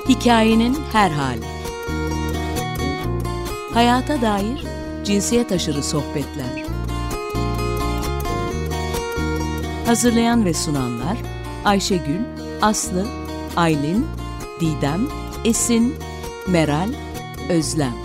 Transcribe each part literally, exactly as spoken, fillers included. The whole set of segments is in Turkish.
Hikayenin her hali. Hayata dair cinsiyet aşırı sohbetler. Hazırlayan ve sunanlar Ayşegül, Aslı, Aylin, Didem, Esin, Meral, Özlem.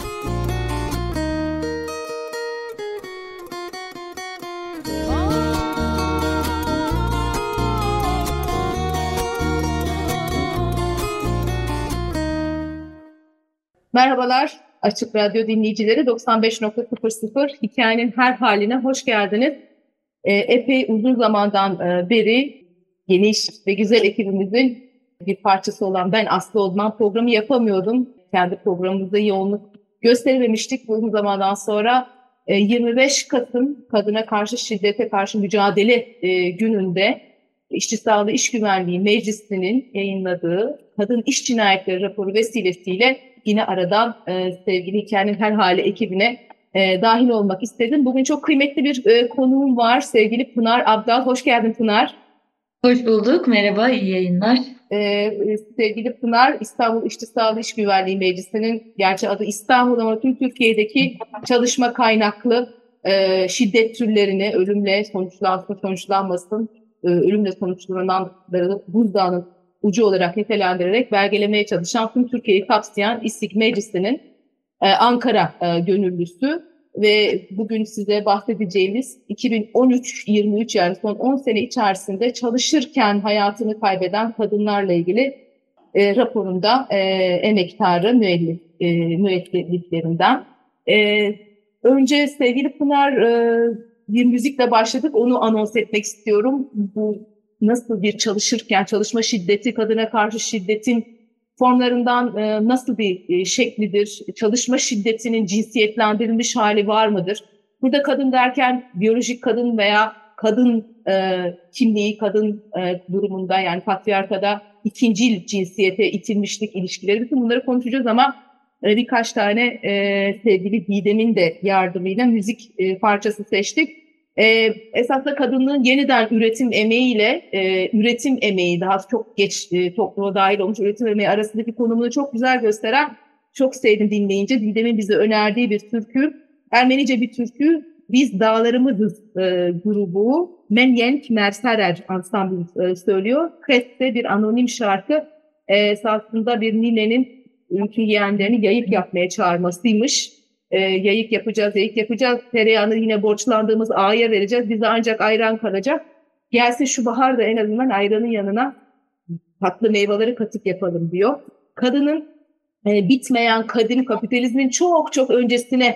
Merhabalar Açık Radyo dinleyicileri, doksan beş nokta sıfır Hikayenin Her Haline hoş geldiniz. E, epey uzun zamandan e, beri geniş ve güzel ekibimizin bir parçası olan ben Aslı Olman programı yapamıyordum. Kendi programımızda yoğunluk gösterememiştik. Bu uzun zamandan sonra e, yirmi beş Kasım Kadına Karşı Şiddete Karşı Mücadele e, gününde İşçi Sağlığı İş Güvenliği Meclisi'nin yayınladığı Kadın İş Cinayetleri raporu vesilesiyle yine aradan e, sevgili Hikayenin Her Hali ekibine e, dahil olmak istedim. Bugün çok kıymetli bir e, konuğum var. Sevgili Pınar Abdal. Hoş geldin Pınar. Hoş bulduk. Merhaba, iyi yayınlar. E, sevgili Pınar, İstanbul İşçi Sağlığı İş Güvenliği Meclisi'nin, gerçi adı İstanbul ama tüm Türkiye'deki çalışma kaynaklı e, şiddet türlerini, ölümle sonuçlansın, sonuçlanmasın, e, ölümle sonuçlananları buzdağının ucu olarak nitelendirerek belgelemeye çalışan, tüm Türkiye'yi kapsayan İSİG Meclisi'nin e, Ankara e, gönüllüsü ve bugün size bahsedeceğimiz iki bin on üç yirmi üç yani son on sene içerisinde çalışırken hayatını kaybeden kadınlarla ilgili e, raporunda e, emektarı müellif, e, müelliflerinden. E, önce sevgili Pınar, e, bir müzikle başladık, onu anons etmek istiyorum. Bu nasıl bir çalışırken, çalışma şiddeti, kadına karşı şiddetin formlarından e, nasıl bir e, şeklidir? Çalışma şiddetinin cinsiyetlendirilmiş hali var mıdır? Burada kadın derken biyolojik kadın veya kadın e, kimliği, kadın e, durumunda, yani patriarkada ikincil cinsiyete itilmişlik ilişkileri, bütün bunları konuşacağız ama e, birkaç tane e, sevgili Didem'in de yardımıyla müzik e, parçası seçtik. Ee, esasında kadının yeniden üretim emeğiyle e, üretim emeği, daha çok geç e, topluma dahil olmuş üretim emeği arasındaki konumunu çok güzel gösteren, çok sevdim dinleyince, Didem'in bize önerdiği bir türkü. Ermenice bir türkü. Biz Dağlarımızız e, grubu Menyenk Mersarer Ensemble e, söylüyor. Kreste bir anonim şarkı. E, esasında bir ninenin ülke yeğenlerini yayık yapmaya çağırmasıymış. E, yayık yapacağız, yayık yapacağız. Tereyağını yine borçlandığımız ağaya vereceğiz. Bize ancak ayran kalacak. Gelsin şu bahar da en azından ayranın yanına tatlı meyveleri katık yapalım diyor. Kadının e, bitmeyen kadim kapitalizmin çok çok öncesine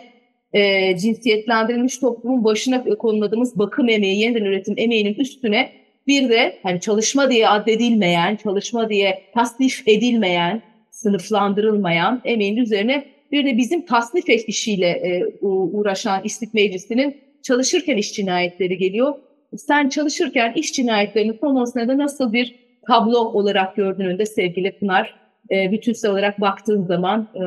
e, cinsiyetlendirilmiş toplumun başına konuladığımız bakım emeği, yeniden üretim emeğinin üstüne bir de hani çalışma diye addedilmeyen, çalışma diye tasnif edilmeyen, sınıflandırılmayan emeğin üzerine bir de bizim tasnif işiyle e, uğraşan İSİG Meclisi'nin çalışırken iş cinayetleri geliyor. Sen çalışırken iş cinayetlerini son on senede nasıl bir tablo olarak gördüğünde sevgili Pınar, e, bütünsel olarak baktığın zaman e,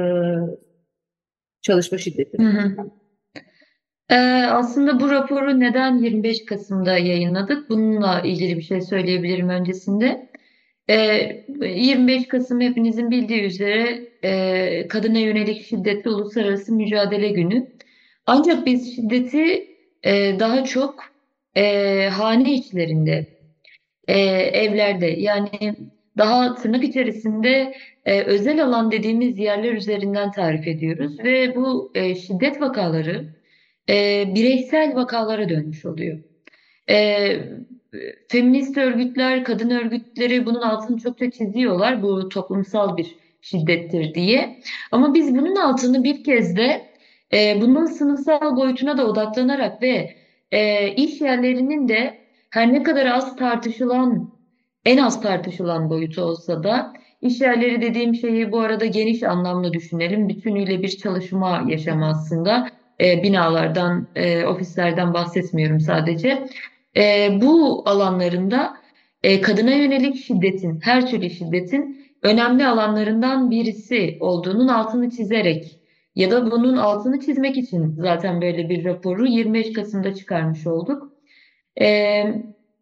çalışma şiddeti. Hı hı. Ee, aslında bu raporu neden yirmi beş Kasım'da yayınladık? Bununla ilgili bir şey söyleyebilirim öncesinde. Ee, yirmi beş Kasım hepinizin bildiği üzere e, kadına yönelik şiddetle uluslararası mücadele günü. Ancak biz şiddeti e, daha çok e, hane içlerinde, e, evlerde, yani daha tırnak içerisinde e, özel alan dediğimiz yerler üzerinden tarif ediyoruz ve bu e, şiddet vakaları e, bireysel vakalara dönmüş oluyor. E, Feminist örgütler, kadın örgütleri bunun altını çokça çiziyorlar. Bu toplumsal bir şiddettir diye. Ama biz bunun altını bir kez de e, bunun sınıfsal boyutuna da odaklanarak ve e, iş yerlerinin de her ne kadar az tartışılan, en az tartışılan boyutu olsa da, iş yerleri dediğim şeyi bu arada geniş anlamda düşünelim. Bütünüyle bir çalışma yaşamı aslında. E, binalardan, e, ofislerden bahsetmiyorum sadece. E, bu alanlarında e, kadına yönelik şiddetin, her türlü şiddetin önemli alanlarından birisi olduğunun altını çizerek ya da bunun altını çizmek için zaten böyle bir raporu yirmi beş Kasım'da çıkarmış olduk. E,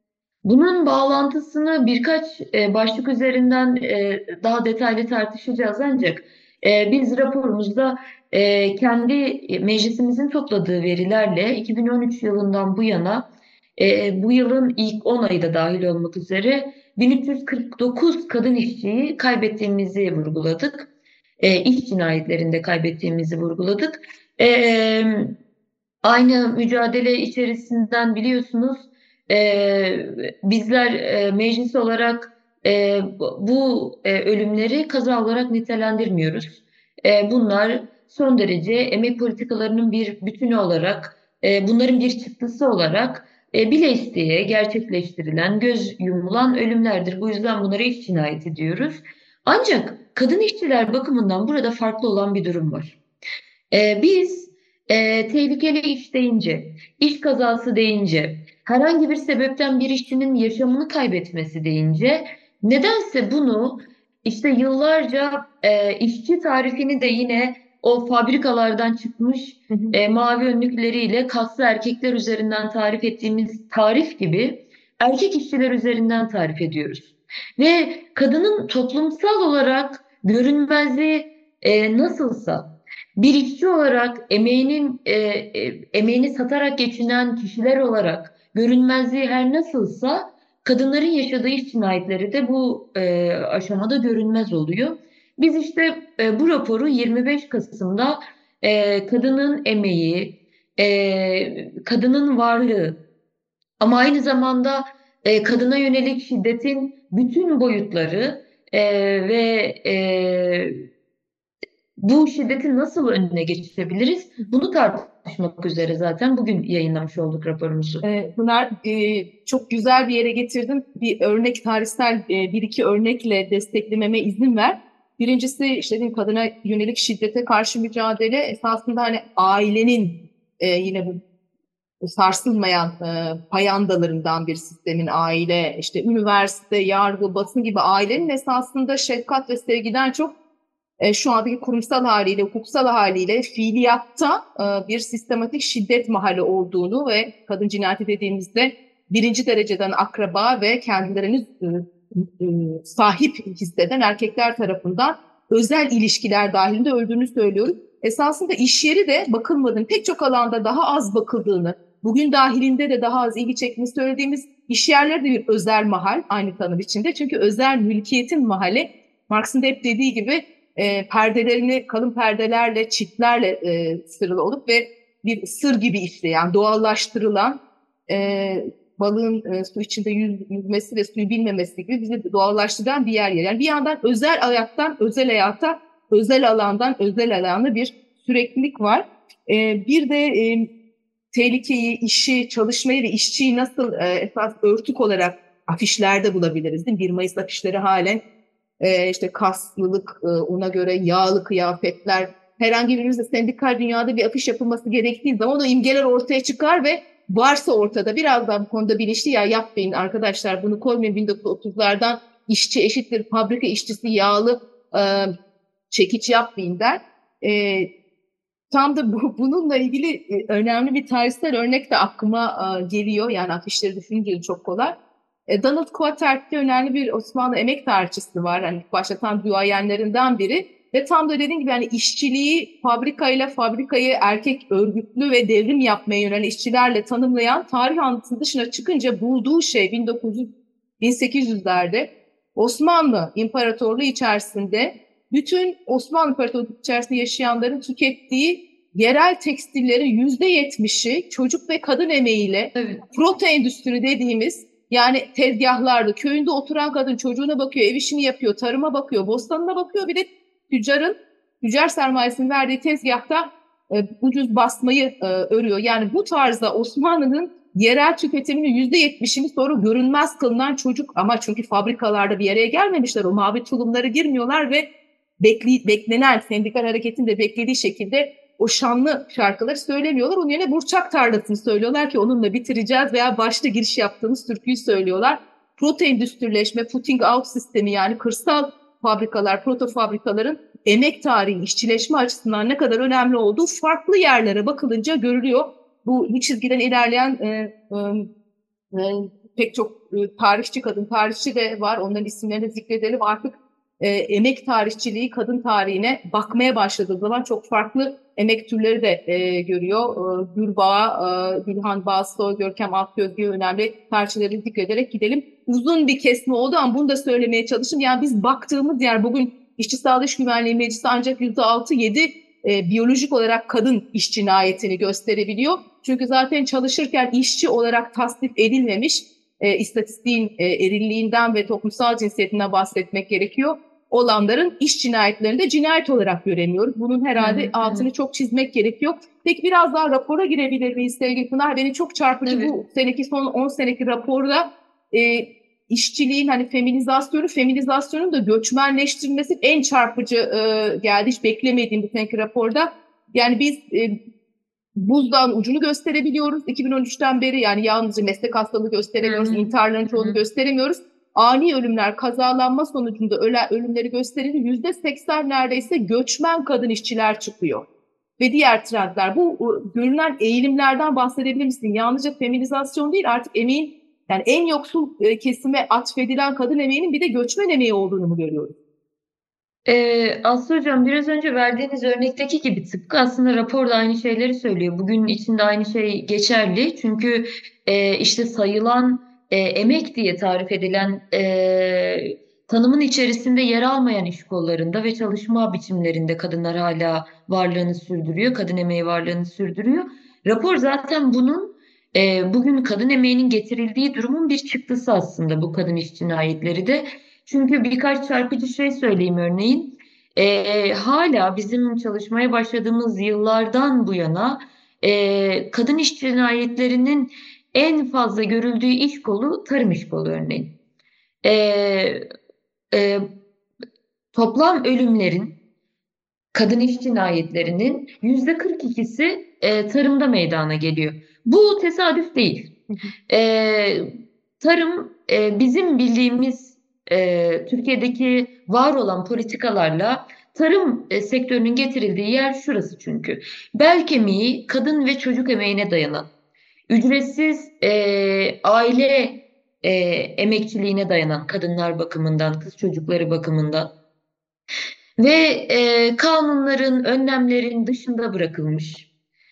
Bunun bağlantısını birkaç e, başlık üzerinden e, daha detaylı tartışacağız ancak e, biz raporumuzda e, kendi meclisimizin topladığı verilerle iki bin on üç yılından bu yana e, bu yılın ilk on ayı da dahil olmak üzere bin üç yüz kırk dokuz kadın işçiyi kaybettiğimizi vurguladık. E, iş cinayetlerinde kaybettiğimizi vurguladık. E, Aynı mücadele içerisinden biliyorsunuz e, bizler e, meclis olarak e, bu bu, e, ölümleri kaza olarak nitelendirmiyoruz. E, bunlar son derece emek politikalarının bir bütünü olarak, e, bunların bir çıktısı olarak e, bile isteye gerçekleştirilen, göz yumulan ölümlerdir. Bu yüzden bunlara iş cinayeti diyoruz. Ancak kadın işçiler bakımından burada farklı olan bir durum var. Ee, biz e, tehlikeli iş deyince, iş kazası deyince, herhangi bir sebepten bir işçinin yaşamını kaybetmesi deyince, nedense bunu işte yıllarca e, işçi tarifini de yine o fabrikalardan çıkmış Hı hı. e, mavi önlükleriyle kaslı erkekler üzerinden tarif ettiğimiz tarif gibi erkek işçiler üzerinden tarif ediyoruz. Ve kadının toplumsal olarak görünmezliği e, nasılsa, bir işçi olarak emeğinin e, e, emeğini satarak geçinen kişiler olarak görünmezliği her nasılsa kadınların yaşadığı iş cinayetleri de bu e, aşamada görünmez oluyor. Biz işte e, bu raporu yirmi beş Kasım'da e, kadının emeği, e, kadının varlığı ama aynı zamanda e, kadına yönelik şiddetin bütün boyutları e, ve e, bu şiddetin nasıl önüne geçebiliriz? Bunu tartışmak üzere zaten bugün yayınlamış olduk raporumuzu. Ee, Pınar, e, çok güzel bir yere getirdin. Bir örnek, tarihsel e, bir iki örnekle desteklememe izin ver. Birincisi işte dedim, kadına yönelik şiddete karşı mücadele esasında hani ailenin e, yine bu sarsılmayan e, payandalarından bir sistemin, aile, işte üniversite, yargı, basın gibi ailenin esasında şefkat ve sevgiden çok e, şu andaki kurumsal haliyle, hukuksal haliyle fiiliyatta e, bir sistematik şiddet mahalli olduğunu ve kadın cinayeti dediğimizde birinci dereceden akraba ve kendilerini e, e, sahip hisseden erkekler tarafından özel ilişkiler dahilinde öldüğünü söylüyorum. Esasında iş yeri de bakılmadığını, pek çok alanda daha az bakıldığını, bugün dahilinde de daha az ilgi çektiğini söylediğimiz iş yerleri de bir özel mahal aynı tanım içinde. Çünkü özel mülkiyetin mahalli, Marx'ın da hep dediği gibi e, perdelerini kalın perdelerle, çitlerle e, sırlı olup ve bir sır gibi işleyen, doğallaştırılan, e, balığın e, su içinde yüz, yüzmesi ve suyu bilmemesi gibi bizi doğallaştıran bir yer yer. Yani bir yandan özel hayattan özel hayata, özel alandan özel alana bir süreklilik var. E, bir de e, tehlikeyi, işi, çalışmayı ve işçiyi nasıl e, esas örtük olarak afişlerde bulabiliriz, değil mi? bir Mayıs afişleri halen e, işte kaslılık, e, ona göre yağlı kıyafetler, herhangi birimizde sendikal dünyada bir afiş yapılması gerektiği zaman o imgeler ortaya çıkar ve varsa ortada biraz daha bu konuda bilinçli, ya yapmayın arkadaşlar bunu koymayın, bin dokuz yüz otuzlardan işçi eşittir fabrika işçisi yağlı e, çekiç yapmayın der. E, Tam da bu, bununla ilgili e, önemli bir tarihsel örnek de aklıma e, geliyor. Yani afişleri düşününce çok kolay. E, Donald Quatert'te önemli bir Osmanlı emek tarihçisi var. Hani başlatan duayenlerinden biri. Ve tam da dediğim gibi yani işçiliği fabrikayla, fabrikayı erkek örgütlü ve devrim yapmaya yönelik işçilerle tanımlayan tarih anlatısının dışına çıkınca bulduğu şey bin dokuz yüz bin sekiz yüzlerde Osmanlı İmparatorluğu içerisinde bütün Osmanlı İmparatorluğu içerisinde yaşayanların tükettiği yerel tekstillerin yüzde yetmişi çocuk ve kadın emeğiyle, Evet. proto endüstri dediğimiz, yani tezgahlarda köyünde oturan kadın çocuğuna bakıyor, ev işini yapıyor, tarıma bakıyor, bostanına bakıyor, bir de tüccarın, tüccar sermayesinin verdiği tezgahta e, ucuz basmayı e, örüyor. Yani bu tarzda Osmanlı'nın yerel tüketiminin yüzde yetmişini sonra görünmez kılınan çocuk, ama çünkü fabrikalarda bir araya gelmemişler, o mavi tulumları girmiyorlar ve bekli, beklenen sendikal hareketin de beklediği şekilde o şanlı şarkıları söylemiyorlar. Onun yerine Burçak Tarlası'nı söylüyorlar ki onunla bitireceğiz, veya başta giriş yaptığımız türküyü söylüyorlar. Proto endüstrileşme, putting out sistemi, yani kırsal fabrikalar, proto fabrikaların emek tarihi, işçileşme açısından ne kadar önemli olduğu farklı yerlere bakılınca görülüyor. Bu, bu çizgiden ilerleyen e, e, pek çok e, tarihçi, kadın tarihçi de var. Onların isimlerini de zikredelim. Artık e, emek tarihçiliği kadın tarihine bakmaya başladığı zaman çok farklı emek türleri de e, görüyor. E, Gülbağ, e, Gülhan Bağstoy, Görkem Akgöz gibi önemli tarihçileri zikrederek gidelim. Uzun bir kesme oldu ama bunu da söylemeye çalışayım. Yani biz baktığımız yer bugün İşçi Sağlığı İş Güvenliği Meclisi ancak yüzde altı yedi e, biyolojik olarak kadın iş cinayetini gösterebiliyor. Çünkü zaten çalışırken işçi olarak tasnif edilmemiş, e, istatistiğin e, erilliğinden ve toplumsal cinsiyetinden bahsetmek gerekiyor. Olanların iş cinayetlerini de cinayet olarak göremiyoruz. Bunun herhalde Hı hı. altını çok çizmek gerekiyor. Peki biraz daha rapora girebilir miyiz sevgili Pınar? Beni çok çarpıcı Evet. bu seneki son on seneki raporda e, işçiliğin hani feminizasyonu, feminizasyonun da göçmenleştirilmesi en çarpıcı e, geldi. Hiç beklemediğim bu seneki raporda. Yani biz e, buzdan ucunu gösterebiliyoruz. iki bin on üçten beri yani yalnızca meslek hastalığı gösteremiyoruz, Hı hı. intiharların çoğunu Hı hı. gösteremiyoruz. Ani ölümler, kazalanma sonucunda ölen ölümleri gösterelim. Yüzde seksen neredeyse göçmen kadın işçiler çıkıyor. Ve diğer trendler. Bu o, görünen eğilimlerden bahsedebilir misin? Yalnızca feminizasyon değil, artık emeğin yani en yoksul e, kesime atfedilen kadın emeğinin bir de göçmen emeği olduğunu mu görüyoruz? Ee, Aslı Hocam biraz önce verdiğiniz örnekteki gibi tıpkı aslında rapor da aynı şeyleri söylüyor. Bugün içinde aynı şey geçerli. Çünkü e, işte sayılan e, emek diye tarif edilen e, tanımın içerisinde yer almayan iş kollarında ve çalışma biçimlerinde kadınlar hala varlığını sürdürüyor. Kadın emeği varlığını sürdürüyor. Rapor zaten bunun e, bugün kadın emeğinin getirildiği durumun bir çıktısı aslında bu kadın iş cinayetleri de. Çünkü birkaç çarpıcı şey söyleyeyim örneğin. Ee, hala bizim çalışmaya başladığımız yıllardan bu yana e, kadın iş cinayetlerinin en fazla görüldüğü iş kolu tarım iş kolu örneğin. Ee, e, Toplam ölümlerin kadın iş cinayetlerinin yüzde kırk ikisi e, tarımda meydana geliyor. Bu tesadüf değil. E, Tarım e, bizim bildiğimiz e, Türkiye'deki var olan politikalarla tarım e, sektörünün getirildiği yer şurası çünkü. Bel kemiği kadın ve çocuk emeğine dayanan, ücretsiz e, aile e, emekçiliğine dayanan kadınlar bakımından, kız çocukları bakımından ve e, kanunların, önlemlerin dışında bırakılmış.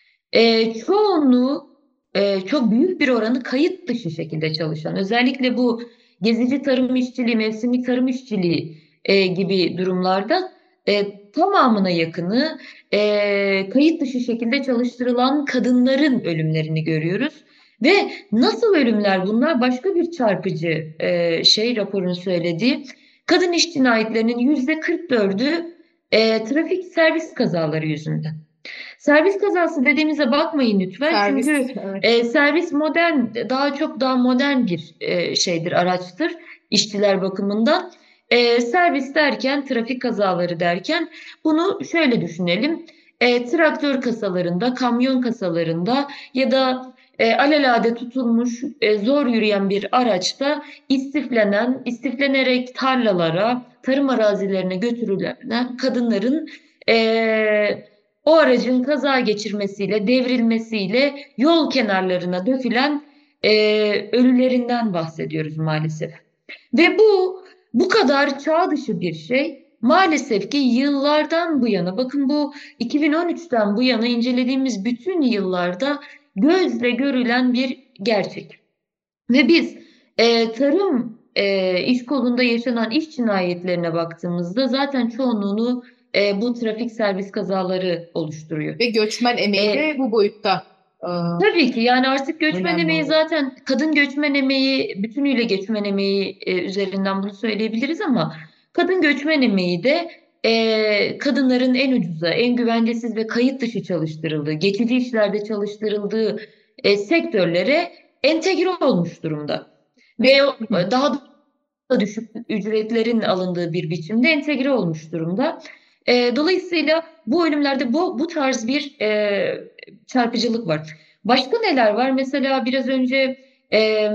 E, çoğunluğu e, çok büyük bir oranı kayıt dışı şekilde çalışan, özellikle bu gezici tarım işçiliği, mevsimlik tarım işçiliği e, gibi durumlarda e, tamamına yakını e, kayıt dışı şekilde çalıştırılan kadınların ölümlerini görüyoruz. Ve nasıl ölümler bunlar? Başka bir çarpıcı e, şey raporun söylediği. Kadın iş cinayetlerinin yüzde kırk dördü e, trafik servis kazaları yüzünden. Servis kazası dediğimize bakmayın lütfen. Servis, Çünkü evet. e, servis modern, daha çok daha modern bir e, şeydir, araçtır işçiler bakımından. E, servis derken, trafik kazaları derken bunu şöyle düşünelim. E, traktör kasalarında, kamyon kasalarında ya da e, alelade tutulmuş, e, zor yürüyen bir araçta istiflenen, istiflenerek tarlalara, tarım arazilerine götürülen kadınların e, o aracın kaza geçirmesiyle, devrilmesiyle yol kenarlarına dökülen e, ölülerinden bahsediyoruz maalesef. Ve bu bu kadar çağ dışı bir şey maalesef ki yıllardan bu yana, bakın bu iki bin on üçten bu yana incelediğimiz bütün yıllarda gözle görülen bir gerçek. Ve biz e, tarım e, iş kolunda yaşanan iş cinayetlerine baktığımızda zaten çoğunluğunu e, bu trafik servis kazaları oluşturuyor. Ve göçmen emeği E, de bu boyutta e, tabii ki yani artık göçmen önemli emeği oluyor. zaten kadın göçmen emeği bütünüyle göçmen emeği e, üzerinden bunu söyleyebiliriz ama kadın göçmen emeği de e, kadınların en ucuza, en güvencesiz ve kayıt dışı çalıştırıldığı, geçici işlerde çalıştırıldığı e, sektörlere entegre olmuş durumda. Ve o- Peki. daha da düşük ücretlerin alındığı bir biçimde entegre olmuş durumda. E, dolayısıyla bu ölümlerde bu bu tarz bir e, çarpıcılık var. Başka neler var? Mesela biraz önce e,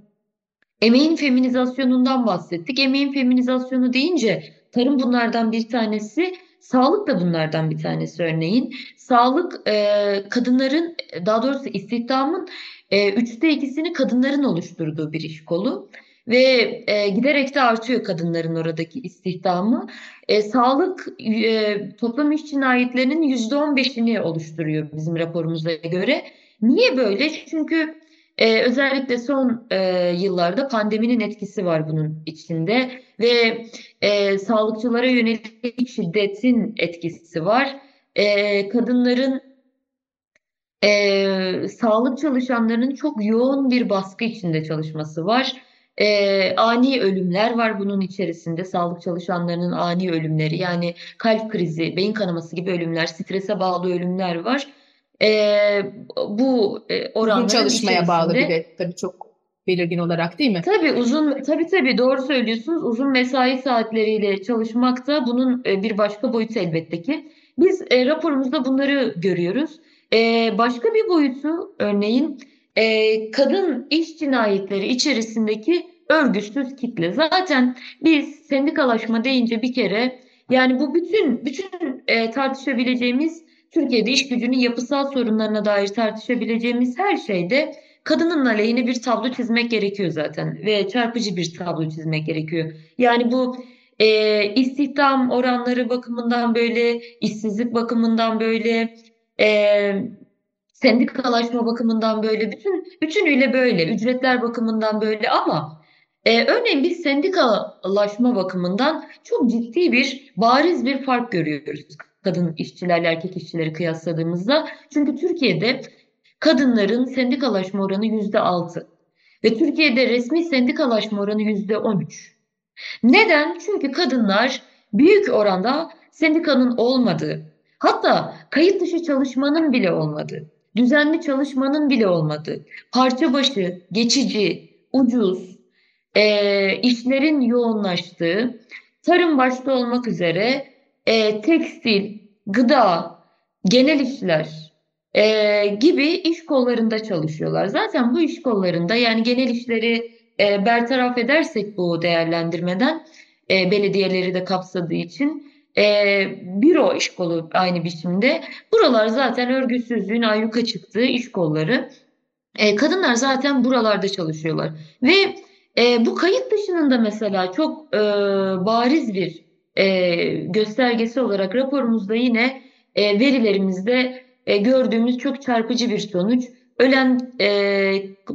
emeğin feminizasyonundan bahsettik. Emeğin feminizasyonu deyince tarım bunlardan bir tanesi, sağlık da bunlardan bir tanesi örneğin. Sağlık e, kadınların, daha doğrusu istihdamın e, üçte ikisini kadınların oluşturduğu bir iş kolu. Ve e, giderek de artıyor kadınların oradaki istihdamı. E, sağlık e, toplam iş cinayetlerinin yüzde on beşini oluşturuyor bizim raporumuza göre. Niye böyle? Çünkü e, özellikle son e, yıllarda pandeminin etkisi var bunun içinde ve e, sağlıkçılara yönelik şiddetin etkisi var. E, kadınların e, sağlık çalışanlarının çok yoğun bir baskı içinde çalışması var. E, ani ölümler var bunun içerisinde. Sağlık çalışanlarının ani ölümleri, yani kalp krizi, beyin kanaması gibi ölümler, strese bağlı ölümler var. E, bu e, Uzun oranların çalışmaya bağlı bir içerisinde de tabii çok belirgin olarak, değil mi? tabii uzun tabii tabii doğru söylüyorsunuz. Uzun mesai saatleriyle çalışmak da bunun e, bir başka boyutu elbette ki. Biz e, raporumuzda bunları görüyoruz. E, başka bir boyutu örneğin e, kadın iş cinayetleri içerisindeki örgütsüz kitle. Zaten biz sendikalaşma deyince bir kere, yani bu bütün bütün e, tartışabileceğimiz, Türkiye'de iş gücünün yapısal sorunlarına dair tartışabileceğimiz her şeyde kadının aleyhine bir tablo çizmek gerekiyor zaten ve çarpıcı bir tablo çizmek gerekiyor. Yani bu e, istihdam oranları bakımından böyle, işsizlik bakımından böyle, e, sendikalaşma bakımından böyle, bütün bütünüyle böyle, ücretler bakımından böyle ama e, örneğin biz sendikalaşma bakımından çok ciddi bir, bariz bir fark görüyoruz kadın işçilerle erkek işçileri kıyasladığımızda. Çünkü Türkiye'de kadınların sendikalaşma oranı yüzde altı ve Türkiye'de resmi sendikalaşma oranı yüzde on üç. Neden? Çünkü kadınlar büyük oranda sendikanın olmadığı, hatta kayıt dışı çalışmanın bile olmadığı, düzenli çalışmanın bile olmadığı, parça başı, geçici, ucuz, e, işlerin yoğunlaştığı, tarım başta olmak üzere e, tekstil, gıda, genel işler e, gibi iş kollarında çalışıyorlar. Zaten bu iş kollarında, yani genel işleri e, bertaraf edersek bu değerlendirmeden, e, belediyeleri de kapsadığı için e, büro iş kolu aynı biçimde. Buralar zaten örgütsüzlüğün ayyuka çıktığı iş kolları. E, kadınlar zaten buralarda çalışıyorlar ve e, bu kayıt dışının da mesela çok e, bariz bir e, göstergesi olarak raporumuzda yine e, verilerimizde e, gördüğümüz çok çarpıcı bir sonuç. Ölen e,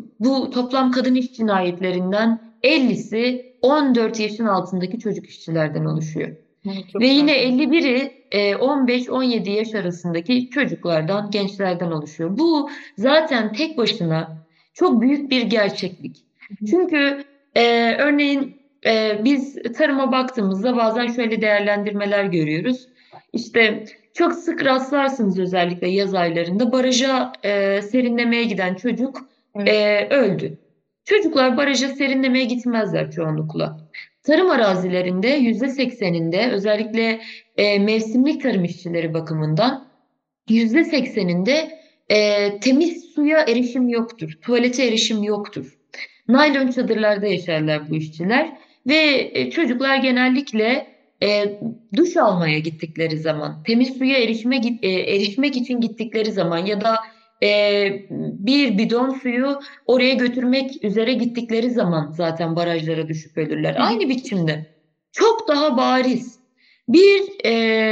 bu toplam kadın iş cinayetlerinden ellisi on dört yaşın altındaki çocuk işçilerden oluşuyor. Çok Ve yine farklı. elli biri e, on beş on yedi yaş arasındaki çocuklardan, gençlerden oluşuyor. Bu zaten tek başına çok büyük bir gerçeklik. Çünkü e, örneğin e, biz tarıma baktığımızda bazen şöyle değerlendirmeler görüyoruz. İşte çok sık rastlarsınız, özellikle yaz aylarında baraja e, serinlemeye giden çocuk Evet. e, öldü. Çocuklar baraja serinlemeye gitmezler çoğunlukla. Tarım arazilerinde yüzde sekseninde, özellikle e, mevsimlik tarım işçileri bakımından yüzde sekseninde e, temiz suya erişim yoktur, tuvalete erişim yoktur. Naylon çadırlarda yaşarlar bu işçiler ve e, çocuklar genellikle e, duş almaya gittikleri zaman, temiz suya erişme, git- e, erişmek için gittikleri zaman ya da e, bir bidon suyu oraya götürmek üzere gittikleri zaman zaten barajlara düşüp ölürler. Hı hı. Aynı biçimde çok daha bariz bir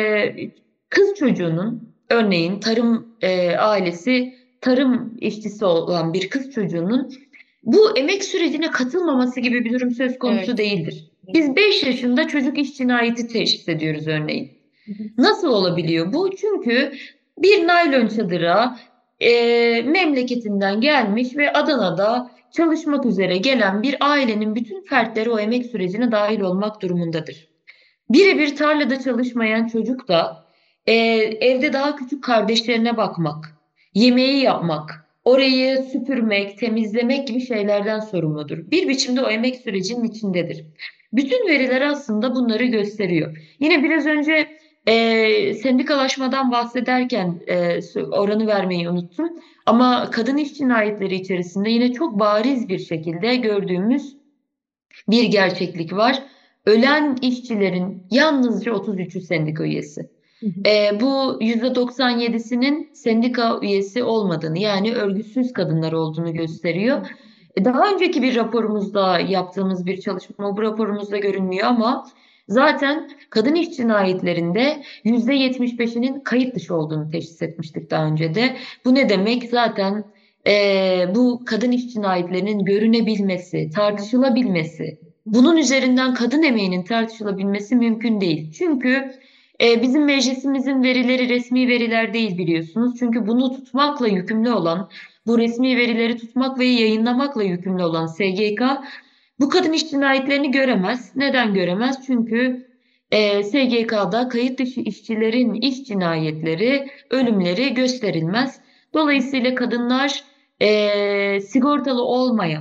e, kız çocuğunun, örneğin tarım e, ailesi, tarım işçisi olan bir kız çocuğunun bu emek sürecine katılmaması gibi bir durum söz konusu Evet. değildir. Biz beş yaşında çocuk iş cinayeti teşhis ediyoruz örneğin. Hı hı. Nasıl olabiliyor bu? Çünkü bir naylon çadıra e, memleketinden gelmiş ve Adana'da çalışmak üzere gelen bir ailenin bütün fertleri o emek sürecine dahil olmak durumundadır. Birebir tarlada çalışmayan çocuk da e, evde daha küçük kardeşlerine bakmak, yemeği yapmak, orayı süpürmek, temizlemek gibi şeylerden sorumludur. Bir biçimde o emek sürecinin içindedir. Bütün veriler aslında bunları gösteriyor. Yine biraz önce e, sendikalaşmadan bahsederken e, oranı vermeyi unuttum. Ama kadın iş cinayetleri içerisinde yine çok bariz bir şekilde gördüğümüz bir gerçeklik var. Ölen işçilerin yalnızca otuz üçü sendika üyesi. Hı hı. E, bu yüzde doksan yedisinin sendika üyesi olmadığını, yani örgütsüz kadınlar olduğunu gösteriyor. E, Daha önceki bir raporumuzda yaptığımız bir çalışma, bu raporumuzda görünmüyor ama zaten kadın iş cinayetlerinde yüzde yetmiş beşinin kayıt dışı olduğunu teşhis etmiştik daha önce de. Bu ne demek? Zaten e, bu kadın iş cinayetlerinin görünebilmesi, tartışılabilmesi, bunun üzerinden kadın emeğinin tartışılabilmesi mümkün değil. Çünkü e, bizim meclisimizin verileri resmi veriler değil, biliyorsunuz. Çünkü bunu tutmakla yükümlü olan, bu resmi verileri tutmak ve yayınlamakla yükümlü olan S G K bu kadın iş cinayetlerini göremez. Neden göremez? Çünkü e, S G K'da kayıt dışı işçilerin iş cinayetleri, ölümleri gösterilmez. Dolayısıyla kadınlar e, sigortalı olmayan,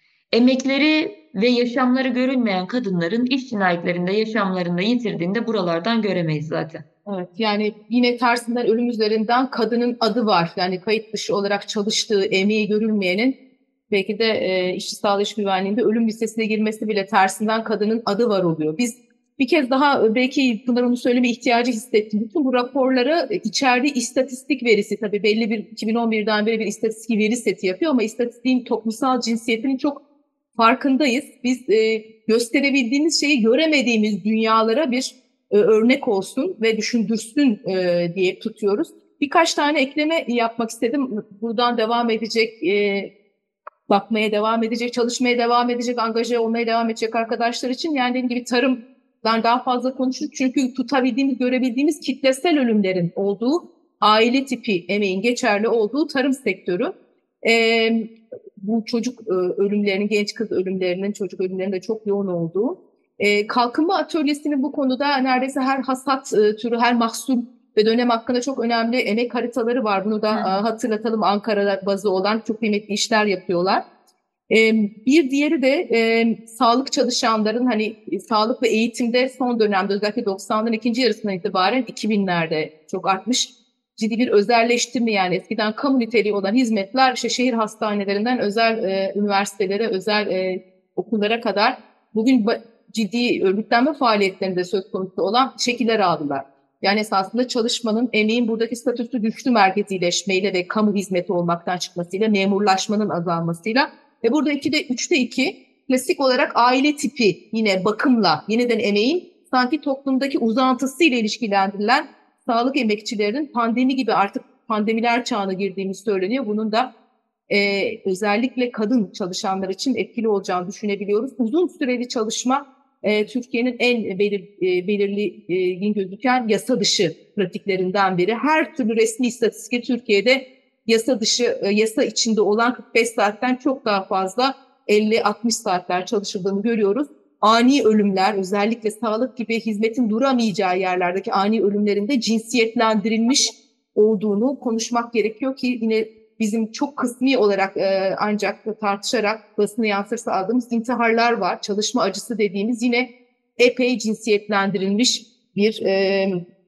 emekleri ve yaşamları görülmeyen kadınların iş cinayetlerinde yaşamlarını yitirdiğinde buralardan göremeyiz zaten. Evet, yani yine tersinden ölüm üzerinden kadının adı var. Yani kayıt dışı olarak çalıştığı, emeği görülmeyenin belki de e, işçi sağlığı iş güvenliğinde ölüm listesine girmesi bile tersinden kadının adı var oluyor. Biz bir kez daha e, belki Pınar onu söyleme ihtiyacı hissettim. Bütün bu raporları e, içerdiği istatistik verisi, tabii belli bir iki bin on birden beri bir istatistik veri seti yapıyor ama istatistiğin toplumsal cinsiyetinin çok farkındayız. Biz e, gösterebildiğimiz şeyi göremediğimiz dünyalara bir e, örnek olsun ve düşündürsün e, diye tutuyoruz. Birkaç tane ekleme yapmak istedim. Buradan devam edecek, e, bakmaya devam edecek, çalışmaya devam edecek, angaje olmaya devam edecek arkadaşlar için. Yani dediğim gibi tarımdan daha fazla konuştuk. Çünkü tutabildiğimiz, görebildiğimiz kitlesel ölümlerin olduğu, aile tipi emeğin geçerli olduğu tarım sektörü. E, bu çocuk e, ölümlerinin, genç kız ölümlerinin, çocuk ölümlerinin de çok yoğun olduğu. E, kalkınma atölyesinin bu konuda neredeyse her hasat e, türü, her mahsul ve dönem hakkında çok önemli emek haritaları var. Bunu da e, hatırlatalım, Ankara bazı olan çok kıymetli işler yapıyorlar. E, bir diğeri de e, sağlık çalışanların hani e, sağlık ve eğitimde son dönemde özellikle doksanların ikinci yarısından itibaren iki binlerde çok artmış ciddi bir özelleştirme, yani eskiden kamu niteliği olan hizmetler işte şehir hastanelerinden özel e, üniversitelere, özel e, okullara kadar bugün ciddi örgütlenme faaliyetlerinde söz konusu olan şekiller aldılar. Yani esasında çalışmanın, emeğin buradaki statüsü güçlü merkezileşmeyle ve kamu hizmeti olmaktan çıkmasıyla, memurlaşmanın azalmasıyla ve burada ikide, üçte iki klasik olarak aile tipi yine bakımla yeniden emeğin sanki toplumdaki uzantısıyla ilişkilendirilen sağlık emekçilerinin pandemi gibi artık pandemiler çağına girdiğimiz söyleniyor. Bunun da e, özellikle kadın çalışanlar için etkili olacağını düşünebiliyoruz. Uzun süreli çalışma e, Türkiye'nin en belir, e, belirgin gözüken yasa dışı pratiklerinden biri. Her türlü resmi istatistik Türkiye'de yasa dışı, e, yasa içinde olan kırk beş saatten çok daha fazla elli altmış saatler çalışıldığını görüyoruz. Ani ölümler, özellikle sağlık gibi hizmetin duramayacağı yerlerdeki ani ölümlerinde cinsiyetlendirilmiş olduğunu konuşmak gerekiyor ki yine bizim çok kısmi olarak e, ancak tartışarak basını yansırsa aldığımız intiharlar var. Çalışma acısı dediğimiz yine epey cinsiyetlendirilmiş bir e,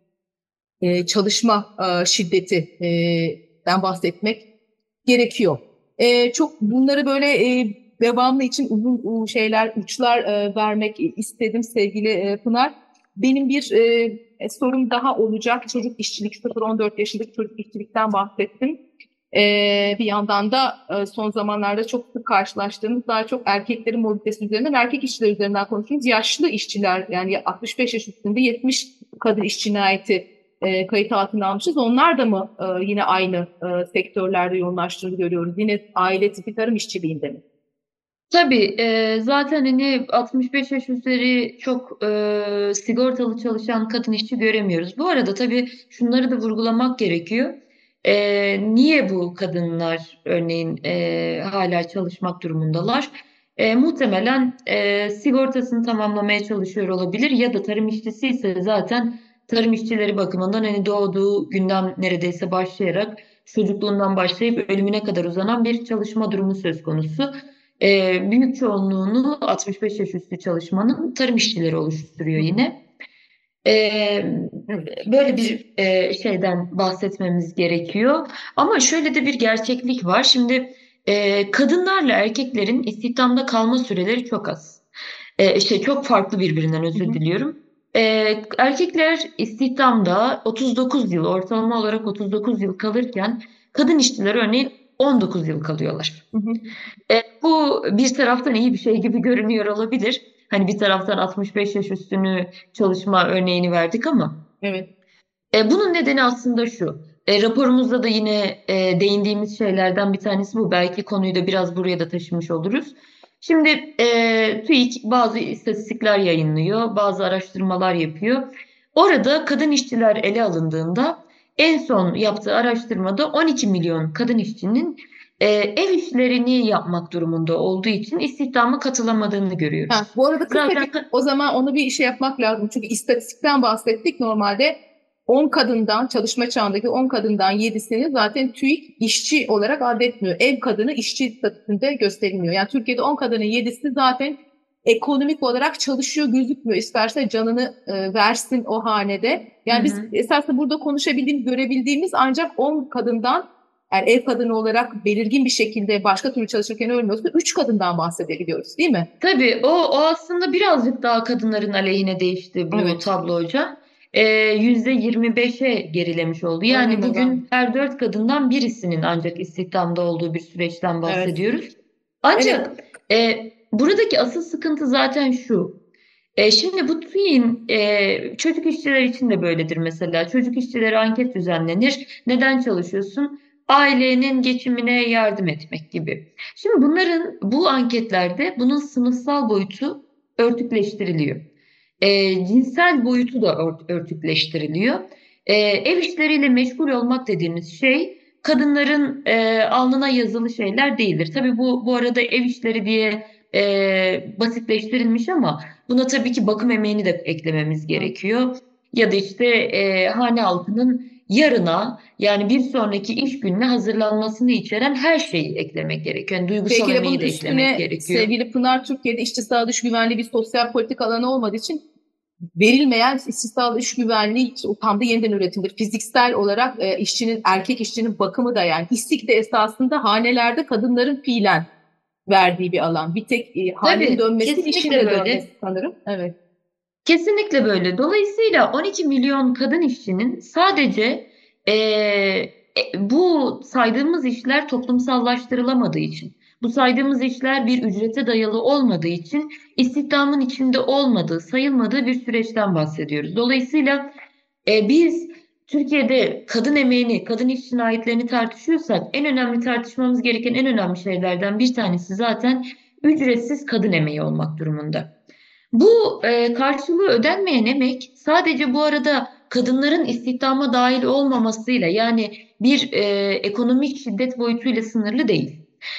e, çalışma e, şiddetinden bahsetmek gerekiyor. E, çok bunları böyle e, devamlı için uzun şeyler, uçlar e, vermek istedim sevgili e, Pınar. Benim bir e, sorum daha olacak. Çocuk işçilik, sıfır on dört yaşındaki çocuk işçilikten bahsettim. Ee, bir yandan da e, son zamanlarda çok sık karşılaştığımız daha çok erkeklerin mobilitesi üzerinden, erkek işçiler üzerinden konuşuyoruz. Yaşlı işçiler, yani altmış beş yaş üstünde yetmiş kadın iş cinayeti e, kayıt altına almışız. Onlar da mı e, yine aynı e, sektörlerde yoğunlaştığını görüyoruz? Yine aile tipi tarım işçiliğinde mi? Tabii e, zaten hani altmış beş yaş üzeri çok e, sigortalı çalışan kadın işçi göremiyoruz. Bu arada tabii şunları da vurgulamak gerekiyor. E, niye bu kadınlar örneğin e, hala çalışmak durumundalar? E, muhtemelen e, sigortasını tamamlamaya çalışıyor olabilir ya da tarım işçisi ise zaten tarım işçileri bakımından hani doğduğu günden neredeyse başlayarak çocukluğundan başlayıp ölümüne kadar uzanan bir çalışma durumu söz konusu. E, büyük çoğunluğunu altmış beş yaş üstü çalışmanın tarım işçileri oluşturuyor yine. E, Böyle bir e, şeyden bahsetmemiz gerekiyor. Ama şöyle de bir gerçeklik var. Şimdi e, kadınlarla erkeklerin istihdamda kalma süreleri çok az. E, işte çok farklı birbirinden, özür diliyorum. Ee, erkekler istihdamda otuz dokuz yıl, ortalama olarak otuz dokuz yıl kalırken kadın işçiler örneğin on dokuz yıl kalıyorlar. Hı hı. E, bu bir taraftan iyi bir şey gibi görünüyor olabilir. Hani bir taraftan altmış beş yaş üstünü çalışma örneğini verdik ama Evet. e, bunun nedeni aslında şu. E, raporumuzda da yine e, değindiğimiz şeylerden bir tanesi bu. Belki konuyu da biraz buraya da taşımış oluruz. Şimdi e, TÜİK bazı istatistikler yayınlıyor, bazı araştırmalar yapıyor. Orada kadın işçiler ele alındığında en son yaptığı araştırmada on iki milyon kadın işçinin e, ev işlerini yapmak durumunda olduğu için istihdama katılamadığını Ha, görüyoruz. bu arada Zaten kısaca o zaman onu bir şey yapmak lazım. Çünkü istatistikten bahsettik. Normalde on kadından, çalışma çağındaki on kadından yedisini zaten TÜİK işçi olarak adetmiyor. Ev kadını işçi statüsünde gösterilmiyor. Yani Türkiye'de on kadının yedisi zaten ekonomik olarak çalışıyor gözükmüyor. İsterse canını e, versin o hanede. hı Yani biz hı. esasında burada konuşabildiğimiz, görebildiğimiz ancak on kadından, yani ev kadını olarak belirgin bir şekilde başka türlü çalışırken ölmüyorsa üç kadından bahsedebiliyoruz, değil mi? Tabii o, o aslında birazcık daha kadınların aleyhine değişti bu Evet. tablo hocam. Ee, yüzde yirmi beşe gerilemiş oldu. Öyle Yani mi? Ben? bugün her dört kadından birisinin ancak istihdamda olduğu bir süreçten Evet. bahsediyoruz. Evet. Ancak e, buradaki asıl sıkıntı zaten şu. E, şimdi bu TÜİK'in e, çocuk işçiler için de böyledir mesela. Çocuk işçilere anket düzenlenir. Neden çalışıyorsun? Ailenin geçimine yardım etmek gibi. Şimdi bunların bu anketlerde bunun sınıfsal boyutu örtükleştiriliyor. E, cinsel boyutu da ört- örtükleştiriliyor. E, ev işleriyle meşgul olmak dediğimiz şey kadınların e, alnına yazılı şeyler değildir. Tabii bu bu arada ev işleri diye e, basitleştirilmiş ama buna tabii ki bakım emeğini de eklememiz gerekiyor. Ya da işte e, hane halkının yarına yani bir sonraki iş gününe hazırlanmasını içeren her şeyi eklemek gerekiyor. Yani duygusal Belki de bunun emeği de eklemek üstüne gerekiyor. sevgili Pınar, Türkiye'de işçi sağ dış güvenliği bir sosyal politik alanı olmadığı için verilmeyen istisnalı iş güvenliği tam da yeniden üretimdir. Fiziksel olarak e, işçinin, erkek işçinin bakımı da, yani İSİK de esasında hanelerde kadınların fiilen verdiği bir alan. Bir tek e, hanenin Tabii dönmesi, işin kesinlikle de dönmesi böyle. sanırım. Evet. Kesinlikle böyle. Dolayısıyla on iki milyon kadın işçinin sadece eee, e, bu saydığımız işler toplumsallaştırılamadığı için, bu saydığımız işler bir ücrete dayalı olmadığı için istihdamın içinde olmadığı, sayılmadığı bir süreçten bahsediyoruz. Dolayısıyla e, biz Türkiye'de kadın emeğini, kadın iş cinayetlerini tartışıyorsak en önemli tartışmamız gereken en önemli şeylerden bir tanesi zaten ücretsiz kadın emeği olmak durumunda. Bu e, karşılığı ödenmeyen emek sadece bu arada kadınların istihdama dahil olmamasıyla yani bir e, ekonomik şiddet boyutuyla sınırlı değil.